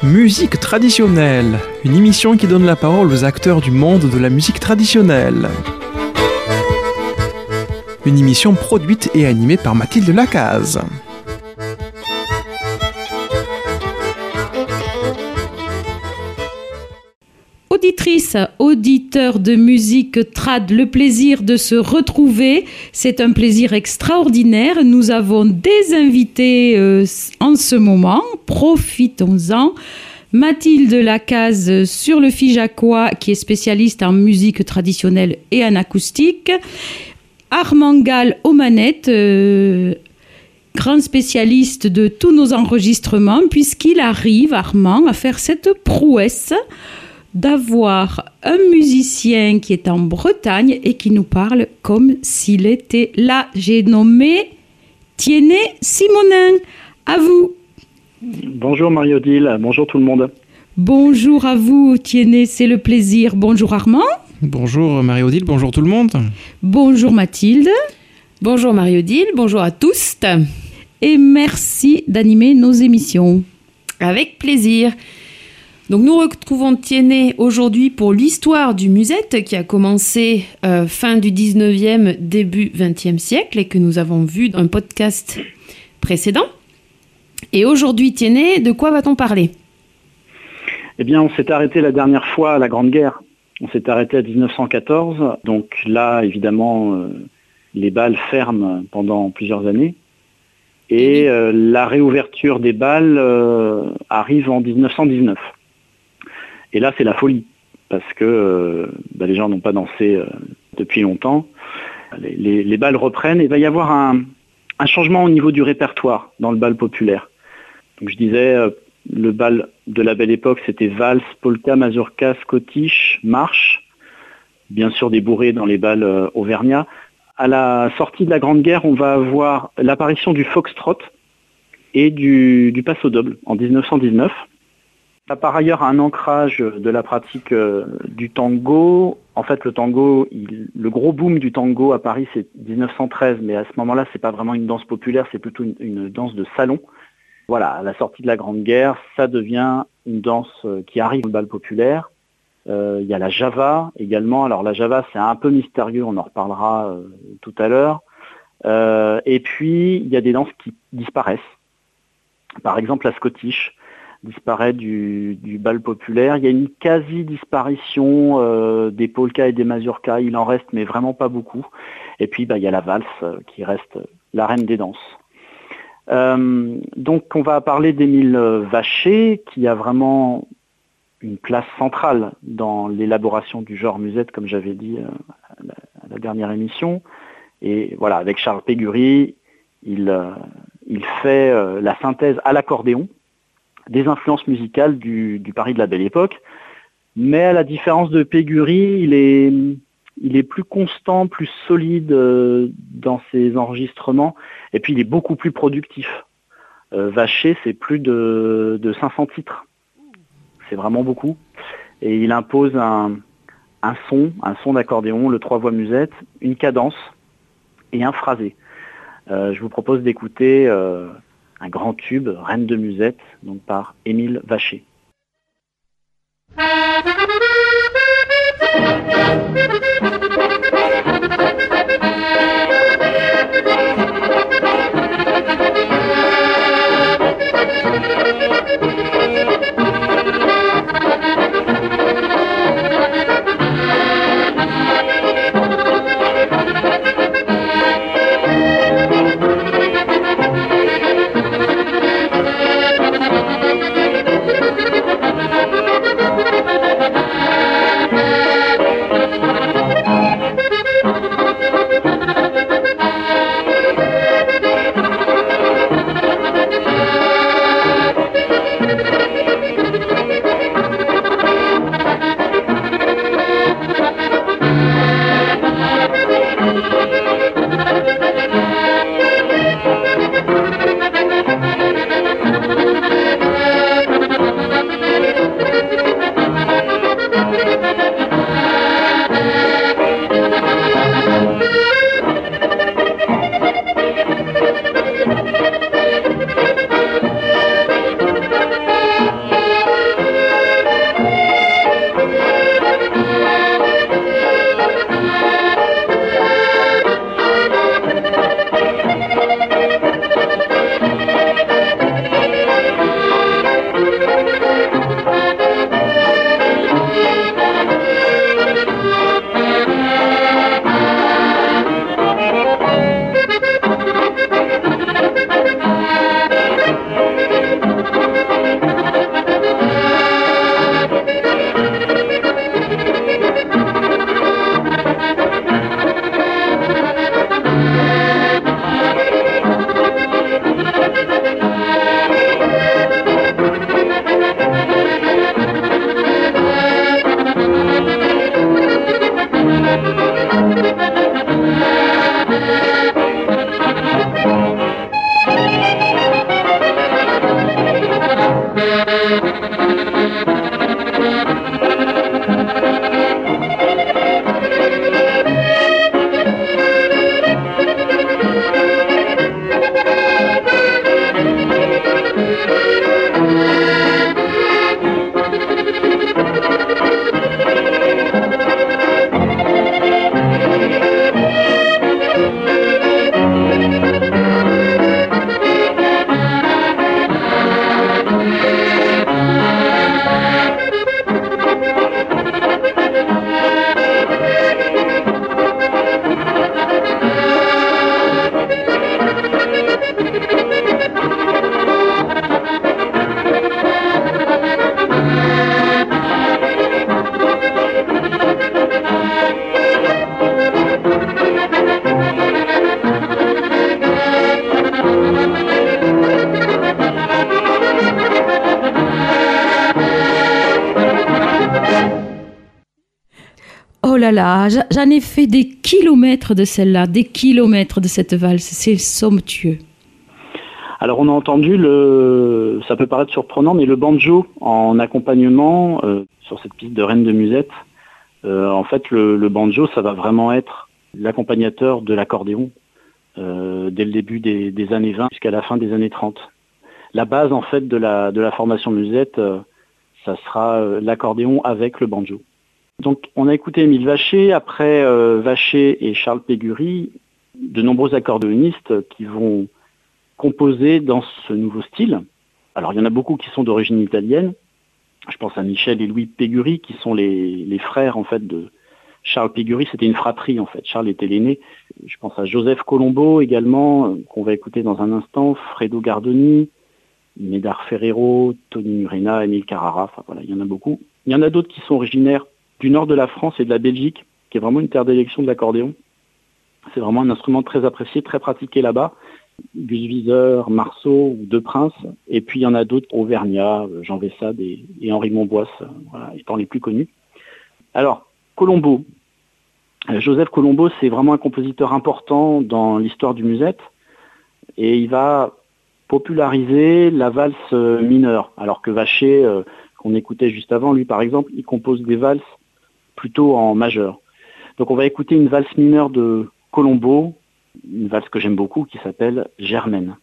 Musique traditionnelle, une émission qui donne la parole aux acteurs du monde de la musique traditionnelle. Une émission produite et animée par Mathilde Lacaze. Auditrices, auditeurs de musique trad, le plaisir de se retrouver, c'est un plaisir extraordinaire. Nous avons des invités en ce moment, profitons-en. Mathilde Lacaze sur le Figeacois, qui est spécialiste en musique traditionnelle et en acoustique. Armand Gall aux manettes, grand spécialiste de tous nos enregistrements, puisqu'il arrive, Armand, à faire cette prouesse d'avoir un musicien qui est en Bretagne et qui nous parle comme s'il était là. J'ai nommé Tiennet Simonin. À vous. Bonjour Marie-Odile, bonjour tout le monde. Bonjour à vous Tiennet, c'est le plaisir. Bonjour Armand. Bonjour Marie-Odile, bonjour tout le monde. Bonjour Mathilde. Bonjour Marie-Odile, bonjour à tous. Et merci d'animer nos émissions. Avec plaisir. Donc nous retrouvons Tiennet aujourd'hui pour l'histoire du musette qui a commencé fin du 19e, début 20e siècle et que nous avons vu dans un podcast précédent. Et aujourd'hui Tiennet, de quoi va-t-on parler ? Eh bien on s'est arrêté la dernière fois à la Grande Guerre. On s'est arrêté à 1914. Donc là évidemment les bals ferment pendant plusieurs années. Et la réouverture des bals arrive en 1919. Et là, c'est la folie, parce que les gens n'ont pas dansé depuis longtemps. Les bals reprennent et il va y avoir un changement au niveau du répertoire dans le bal populaire. Donc je disais, le bal de la Belle Époque, c'était valse, polka, mazurka, scottish, marche, bien sûr des bourrées dans les bals auvergnats. À la sortie de la Grande Guerre, on va avoir l'apparition du foxtrot et du paso doble en 1919. Il y a par ailleurs un ancrage de la pratique du tango. En fait, le tango, le gros boom du tango à Paris, c'est 1913, mais à ce moment-là, c'est pas vraiment une danse populaire, c'est plutôt une danse de salon. Voilà, à la sortie de la Grande Guerre, ça devient une danse qui arrive au bal populaire. Il y a la java également. Alors la java, c'est un peu mystérieux, on en reparlera tout à l'heure. Et puis, il y a des danses qui disparaissent. Par exemple, la scottish disparaît du bal populaire. Il y a une quasi-disparition des polkas et des mazurkas. Il en reste, mais vraiment pas beaucoup. Et puis, il y a la valse qui reste la reine des danses. Donc, on va parler d'Émile Vacher, qui a vraiment une place centrale dans l'élaboration du genre musette, comme j'avais dit à la dernière émission. Et voilà, avec Charles Pégury, il fait la synthèse à l'accordéon des influences musicales du Paris de la Belle Époque. Mais à la différence de Pégury, il est plus constant, plus solide dans ses enregistrements, et puis il est beaucoup plus productif. Vacher, c'est plus de 500 titres. C'est vraiment beaucoup. Et il impose un son d'accordéon, le 3 voix musette, une cadence et un phrasé. Je vous propose d'écouter un grand tube, Reine de musette, donc par Émile Vacher. là là, j'en ai fait des kilomètres de celle-là, des kilomètres de cette valse. C'est somptueux. Alors on a entendu, ça peut paraître surprenant, mais le banjo en accompagnement sur cette piste de Reine de Musette. En fait, le banjo, ça va vraiment être l'accompagnateur de l'accordéon dès le début des années 20 jusqu'à la fin des années 30. La base, en fait, de la formation musette, ça sera l'accordéon avec le banjo. Donc, on a écouté Émile Vacher, après Vacher et Charles Pégury, de nombreux accordéonistes qui vont composer dans ce nouveau style. Alors, il y en a beaucoup qui sont d'origine italienne. Je pense à Michel et Louis Pégury, qui sont les frères, en fait, de Charles Pégury. C'était une fratrie, en fait. Charles était l'aîné. Je pense à Joseph Colombo également, qu'on va écouter dans un instant, Fredo Gardoni, Médard Ferrero, Tony Murena, Émile Carrara. Enfin, voilà, il y en a beaucoup. Il y en a d'autres qui sont originaires du nord de la France et de la Belgique, qui est vraiment une terre d'élection de l'accordéon. C'est vraiment un instrument très apprécié, très pratiqué là-bas. Gus Viseur, Marceau ou De Prince. Et puis il y en a d'autres, Auvergnat, Jean Vessade et Henri Montboisse, voilà, étant les plus connus. Alors, Colombo. Joseph Colombo, c'est vraiment un compositeur important dans l'histoire du musette. Et il va populariser la valse mineure. Alors que Vacher, qu'on écoutait juste avant, lui par exemple, il compose des valses plutôt en majeur. Donc on va écouter une valse mineure de Colombo, une valse que j'aime beaucoup qui s'appelle Germaine.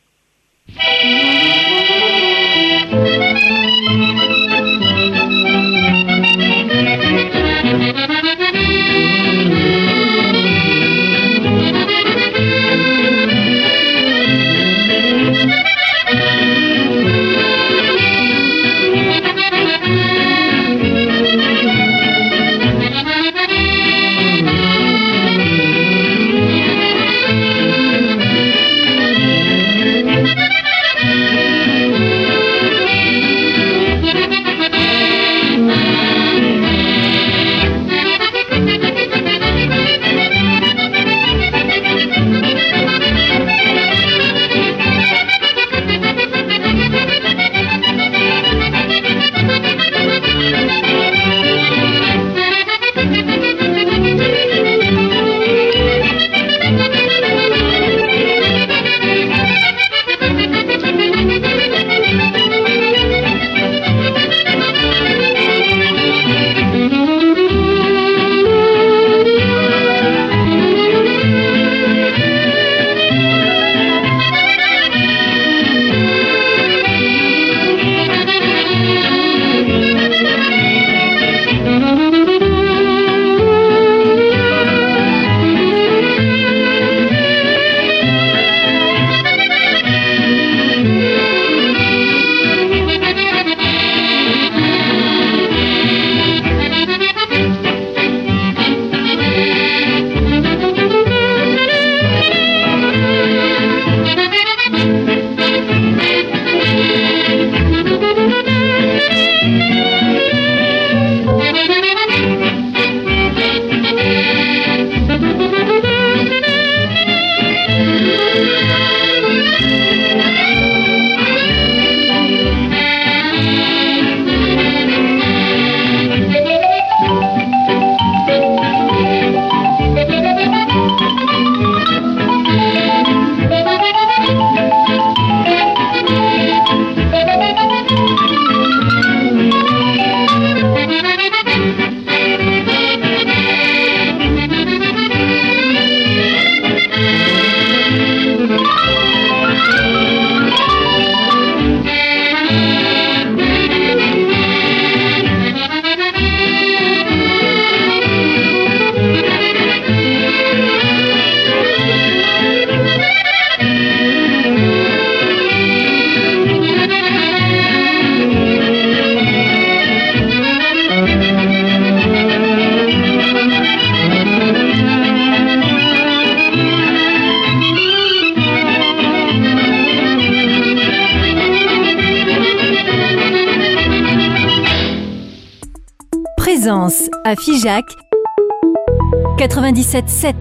Présence à Figeac 97.7.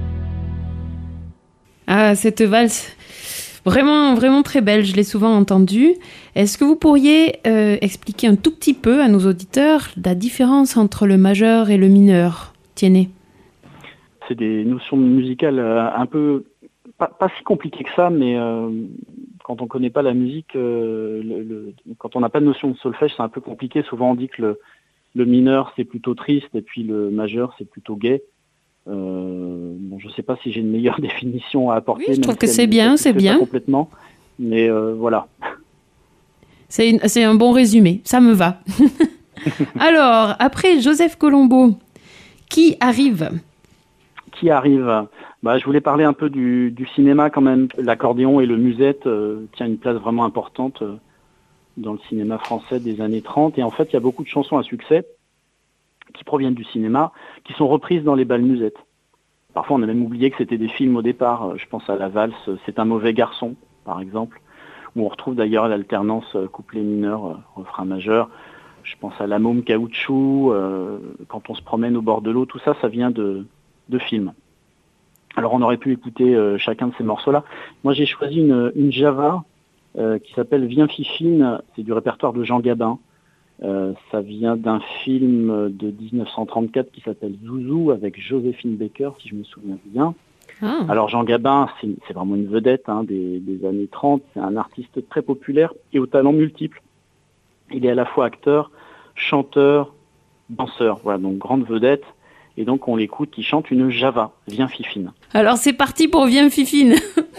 Ah, cette valse, vraiment, vraiment très belle, je l'ai souvent entendue. Est-ce que vous pourriez expliquer un tout petit peu à nos auditeurs la différence entre le majeur et le mineur ? Tiennet? C'est des notions musicales un peu, pas si compliquées que ça, mais quand on connaît pas la musique, quand on n'a pas de notion de solfège, c'est un peu compliqué. Souvent on dit que le mineur c'est plutôt triste et puis le majeur c'est plutôt gai. Bon, je sais pas si j'ai une meilleure définition à apporter. Oui, je trouve que c'est bien, c'est bien. Complètement, mais voilà. C'est un bon résumé, ça me va. Alors, après Joseph Colombo, qui arrive? Je voulais parler un peu du cinéma quand même. L'accordéon et le musette tient une place vraiment importante dans le cinéma français des années 30. Et en fait, il y a beaucoup de chansons à succès qui proviennent du cinéma, qui sont reprises dans les bals musettes. Parfois, on a même oublié que c'était des films au départ. Je pense à la valse « C'est un mauvais garçon », par exemple, où on retrouve d'ailleurs l'alternance couplet mineur, refrain majeur. Je pense à La Môme Caoutchouc, quand on se promène au bord de l'eau, tout ça, ça vient de films. Alors on aurait pu écouter chacun de ces morceaux-là. Moi j'ai choisi une java qui s'appelle Viens Fifine, c'est du répertoire de Jean Gabin. Ça vient d'un film de 1934 qui s'appelle Zouzou avec Joséphine Baker, si je me souviens bien. Ah. Alors Jean Gabin, c'est vraiment une vedette des années 30, c'est un artiste très populaire et aux talents multiples. Il est à la fois acteur, chanteur, danseur, voilà, donc grande vedette. Et donc on l'écoute, il chante une java, Viens Fifine. Alors c'est parti pour Viens Fifine.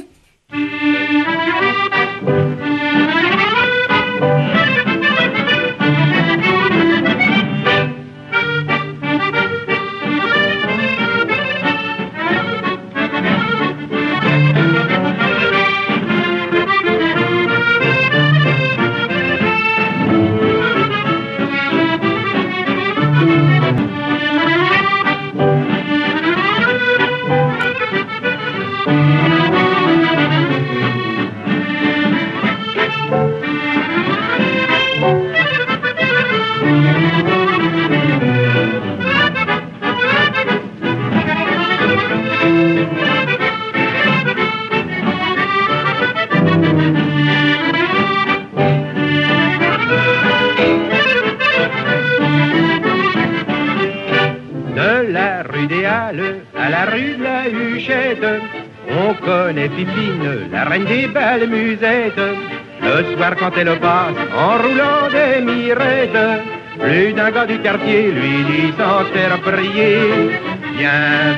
À la rue de la Huchette, on connaît Fifine, la reine des belles musettes. Le soir quand elle passe, en roulant des mirettes, plus d'un gars du quartier lui dit sans faire prier. Viens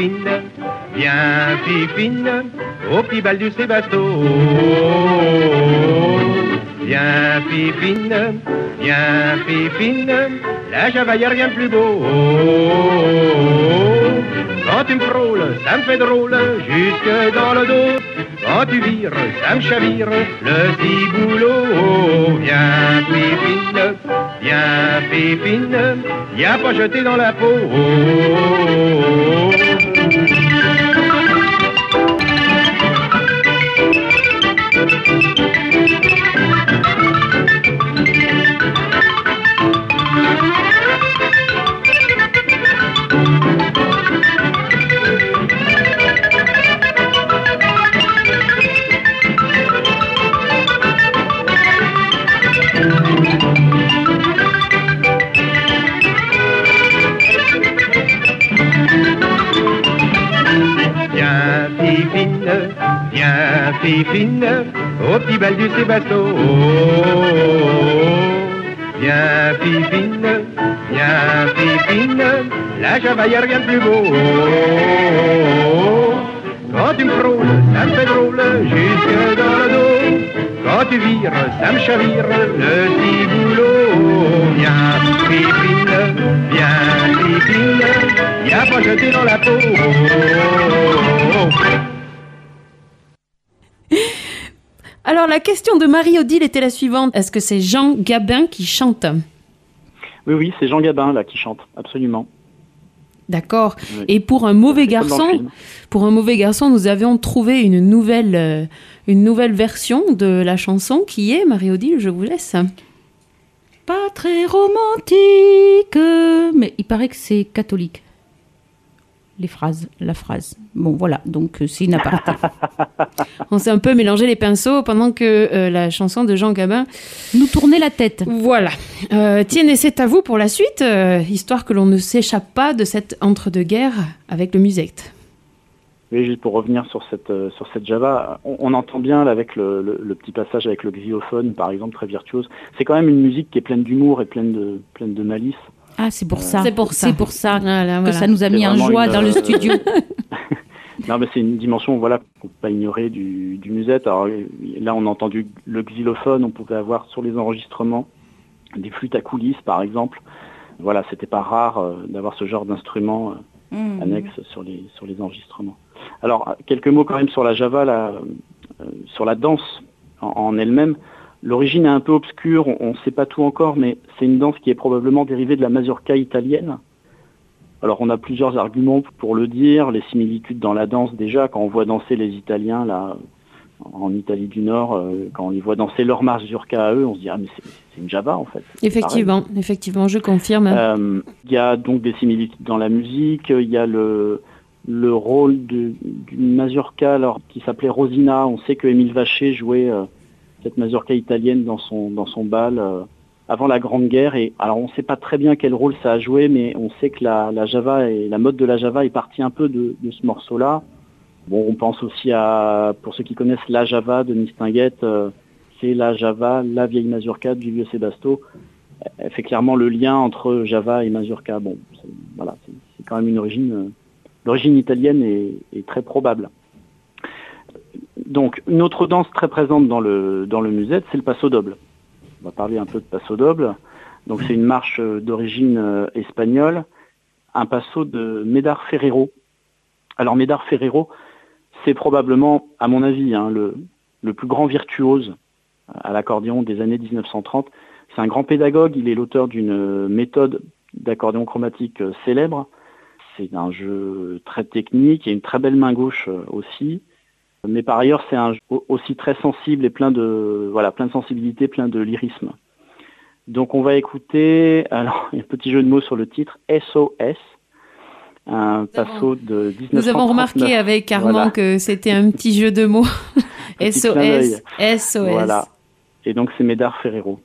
Fifine, au petit bal du Sébasto. Viens Fifine, la java y a rien de plus beau. Quand tu me frôles, ça me fait drôle, jusque dans le dos. Quand tu vires, ça me chavire, le ciboulot. Viens Fifine, y a pas jeté dans la peau. Viens Fifine, au petit bal du Sébasto. Viens Fifine, la java y a rien de plus beau. Quand tu me frôles, ça me fait drôle, jusque dans le dos. Quand tu vires, ça me chavire, le ciboulot. Viens Fifine, y a pas jeté dans la peau. Alors la question de Marie-Odile était la suivante. Est-ce que c'est Jean Gabin qui chante? Oui, c'est Jean Gabin là qui chante, absolument. D'accord. Oui. Et pour un mauvais garçon, nous avions trouvé une nouvelle version de la chanson qui est, Marie-Odile, je vous laisse. Pas très romantique, mais il paraît que c'est catholique. la phrase. Bon, voilà, donc c'est une aparté. On s'est un peu mélangé les pinceaux pendant que la chanson de Jean Gabin nous tournait la tête. Voilà. Tiens, et c'est à vous pour la suite, histoire que l'on ne s'échappe pas de cette entre-deux-guerres avec le musette. Oui, juste pour revenir sur cette Java, on entend bien là, avec le petit passage avec le xylophone, par exemple, très virtuose. C'est quand même une musique qui est pleine d'humour et pleine de malice. Ah, c'est pour ça. C'est pour ça. Voilà. Que ça nous a mis en joie dans le studio. Non, mais c'est une dimension, voilà, qu'on ne peut pas ignorer du musette. Alors là, on a entendu le xylophone, on pouvait avoir sur les enregistrements des flûtes à coulisses, par exemple. Voilà, c'était pas rare d'avoir ce genre d'instrument annexe sur les enregistrements. Alors, quelques mots quand même sur la Java, sur la danse en elle-même. L'origine est un peu obscure, on ne sait pas tout encore, mais c'est une danse qui est probablement dérivée de la mazurka italienne. Alors on a plusieurs arguments pour le dire, les similitudes dans la danse déjà, quand on voit danser les Italiens là, en Italie du Nord, quand on les voit danser leur mazurka à eux, on se dit mais c'est une Java en fait. Effectivement, je confirme. Il y a donc des similitudes dans la musique, il y a le rôle d'une mazurka alors, qui s'appelait Rosina, on sait que Émile Vacher jouait cette mazurka italienne dans son bal avant la Grande Guerre. Et alors on ne sait pas très bien quel rôle ça a joué, mais on sait que la Java et la mode de la Java est partie un peu de ce morceau-là. Bon, on pense aussi pour ceux qui connaissent la Java de Mistinguett, c'est la Java, la vieille mazurka de Giulio Sebasto. Elle fait clairement le lien entre Java et mazurka. Bon, c'est quand même une origine. L'origine italienne est très probable. Donc, une autre danse très présente dans le musette, c'est le passo doble. On va parler un peu de passo doble. Donc, c'est une marche d'origine espagnole, un passo de Médard Ferrero. Alors, Médard Ferrero, c'est probablement, à mon avis, le plus grand virtuose à l'accordéon des années 1930. C'est un grand pédagogue, il est l'auteur d'une méthode d'accordéon chromatique célèbre. C'est un jeu très technique et une très belle main gauche aussi. Mais par ailleurs, c'est un jeu aussi très sensible et plein de sensibilité, plein de lyrisme. Donc on va écouter, alors un petit jeu de mots sur le titre, SOS, un passo de 1939. Nous avons remarqué avec Armand que c'était un petit jeu de mots. SOS, SOS. Voilà. Et donc c'est Médard Ferrero.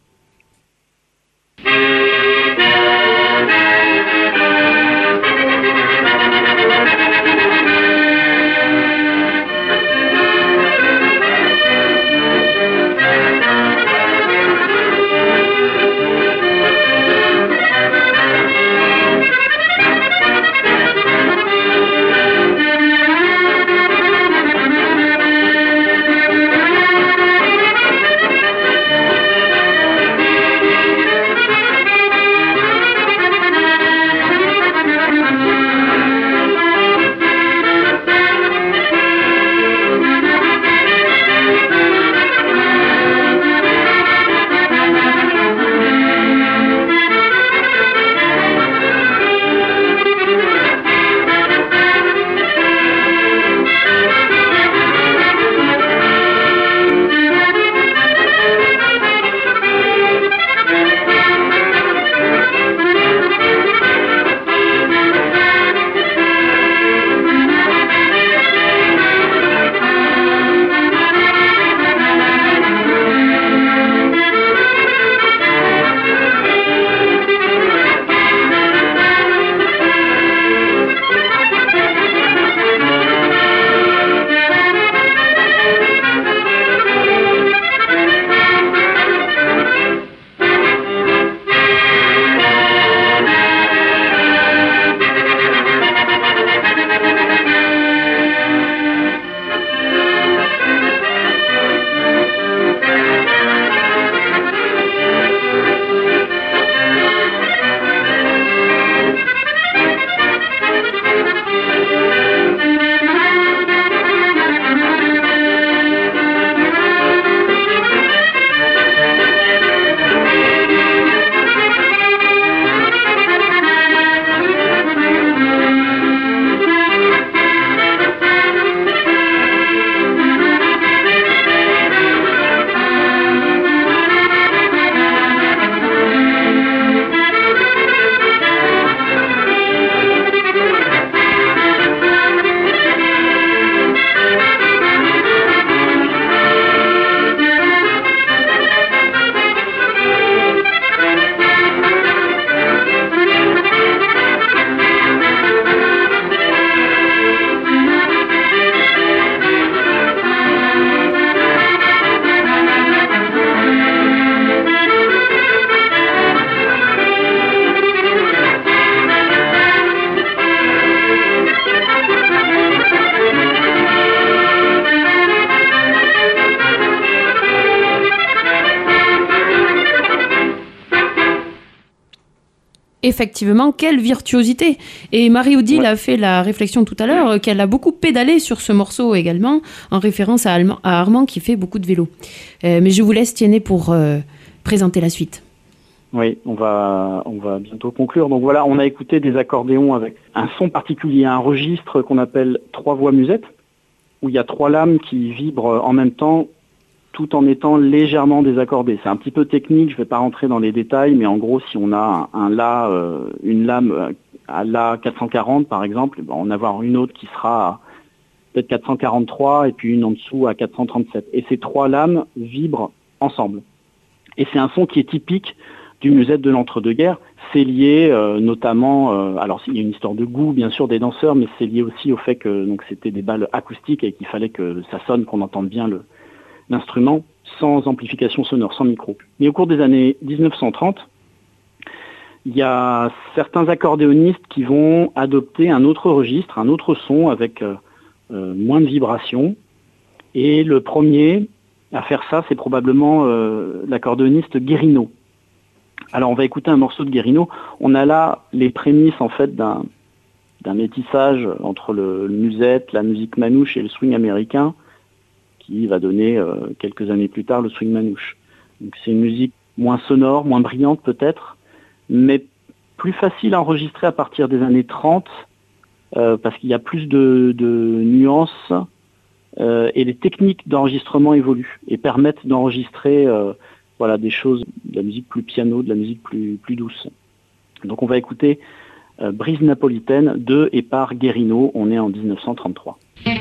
Effectivement, quelle virtuosité. Et Marie-Odile a fait la réflexion tout à l'heure qu'elle a beaucoup pédalé sur ce morceau également, en référence à Armand qui fait beaucoup de vélo. Mais je vous laisse, Tiennet, pour présenter la suite. Oui, on va bientôt conclure. Donc voilà, on a écouté des accordéons avec un son particulier, un registre qu'on appelle 3 voix musette, où il y a 3 lames qui vibrent en même temps, tout en étant légèrement désaccordées. C'est un petit peu technique, je ne vais pas rentrer dans les détails, mais en gros, si on a un La, une lame à La 440 par exemple, on va en avoir une autre qui sera à peut-être 443 et puis une en dessous à 437. Et ces 3 lames vibrent ensemble. Et c'est un son qui est typique du musette de l'entre-deux-guerres. C'est lié notamment, alors il y a une histoire de goût bien sûr des danseurs, mais c'est lié aussi au fait que donc c'était des balles acoustiques et qu'il fallait que ça sonne, qu'on entende bien l'instrument sans amplification sonore, sans micro. Mais au cours des années 1930, il y a certains accordéonistes qui vont adopter un autre registre, un autre son avec moins de vibrations. Et le premier à faire ça, c'est probablement l'accordéoniste Guérino. Alors on va écouter un morceau de Guérino. On a là les prémices en fait d'un métissage entre le musette, la musique manouche et le swing américain, qui va donner quelques années plus tard le swing manouche. Donc c'est une musique moins sonore, moins brillante peut-être, mais plus facile à enregistrer à partir des années 30, parce qu'il y a plus de nuances et les techniques d'enregistrement évoluent et permettent d'enregistrer des choses, de la musique plus piano, de la musique plus douce. Donc on va écouter Brise napolitaine de et par Guérino, on est en 1933.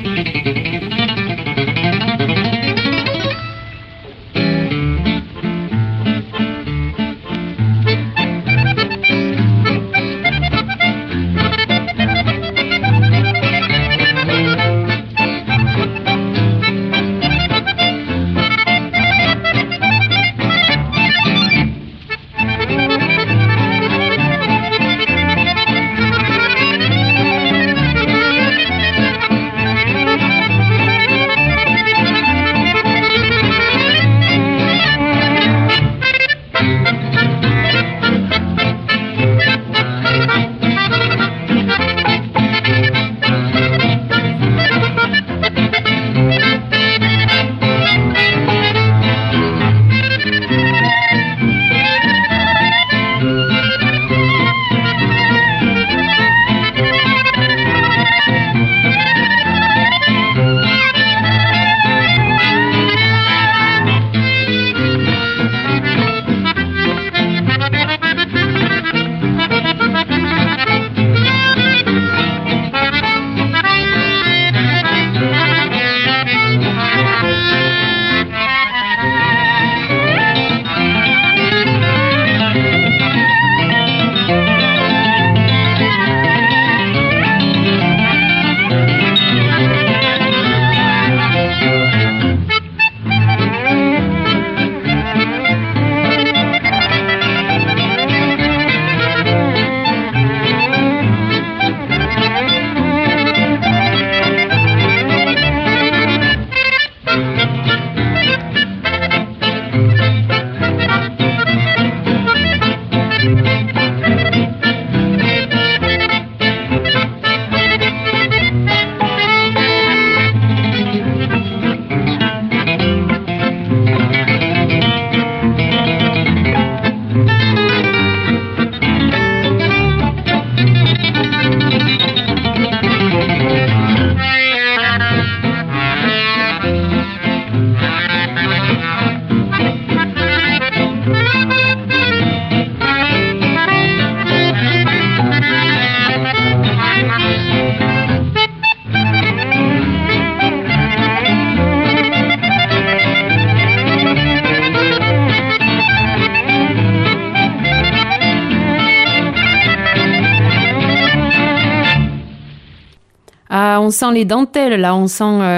On sent les dentelles, là, on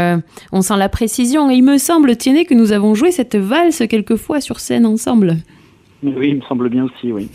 sent la précision. Et il me semble, Tiennet, que nous avons joué cette valse quelquefois sur scène ensemble. Oui, il me semble bien aussi, oui.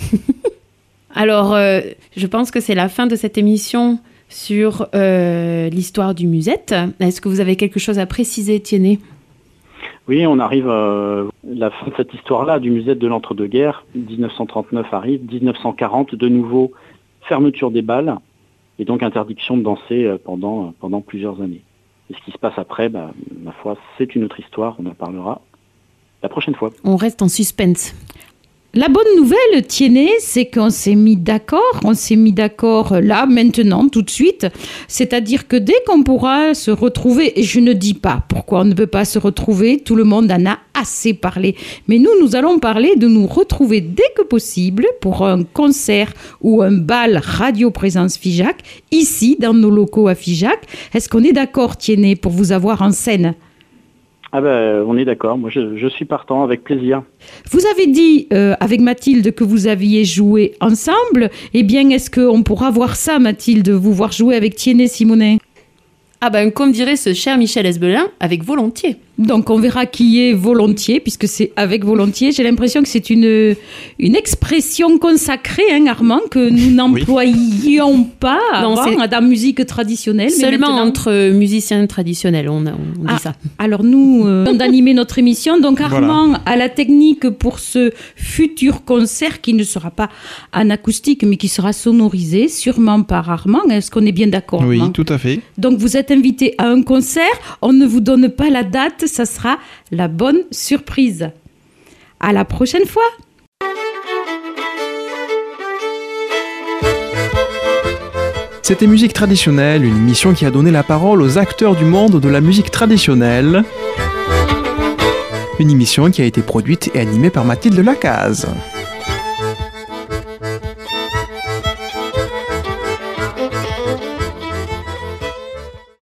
Alors, je pense que c'est la fin de cette émission sur l'histoire du musette. Est-ce que vous avez quelque chose à préciser, Tiennet ? Oui, on arrive à la fin de cette histoire-là du musette de l'entre-deux-guerres. 1939 arrive, 1940, de nouveau fermeture des bals et donc interdiction de danser pendant plusieurs années. Et ce qui se passe après, ma foi, c'est une autre histoire, on en parlera la prochaine fois. On reste en suspense. La bonne nouvelle, Tiennet, c'est qu'on s'est mis d'accord. On s'est mis d'accord là, maintenant, tout de suite. C'est-à-dire que dès qu'on pourra se retrouver, et je ne dis pas pourquoi on ne peut pas se retrouver, tout le monde en a assez parlé. Mais nous allons parler de nous retrouver dès que possible pour un concert ou un bal Radio Présence Figeac, ici, dans nos locaux à Figeac. Est-ce qu'on est d'accord, Tiennet, pour vous avoir en scène ? On est d'accord. Moi, je suis partant avec plaisir. Vous avez dit avec Mathilde que vous aviez joué ensemble. Eh bien, est-ce qu'on pourra voir ça, Mathilde, vous voir jouer avec Tiennet Simonet ? Comme dirait ce cher Michel Esbelin, avec volontiers. Donc, on verra qui est volontiers, puisque c'est avec volontiers. J'ai l'impression que c'est une expression consacrée, Armand, que nous n'employions pas avant dans la musique traditionnelle. Seulement entre musiciens traditionnels, on dit ça. Alors, nous, on d'animer notre émission. Donc, Armand a la technique pour ce futur concert qui ne sera pas en acoustique, mais qui sera sonorisé, sûrement par Armand. Est-ce qu'on est bien d'accord, Oui, Armand ? tout à fait. Donc, vous êtes invité à un concert. On ne vous donne pas la date. Ça sera la bonne surprise. À la prochaine fois. C'était Musique traditionnelle, une émission qui a donné la parole aux acteurs du monde de la musique traditionnelle. Une émission qui a été produite et animée par Mathilde Lacaze.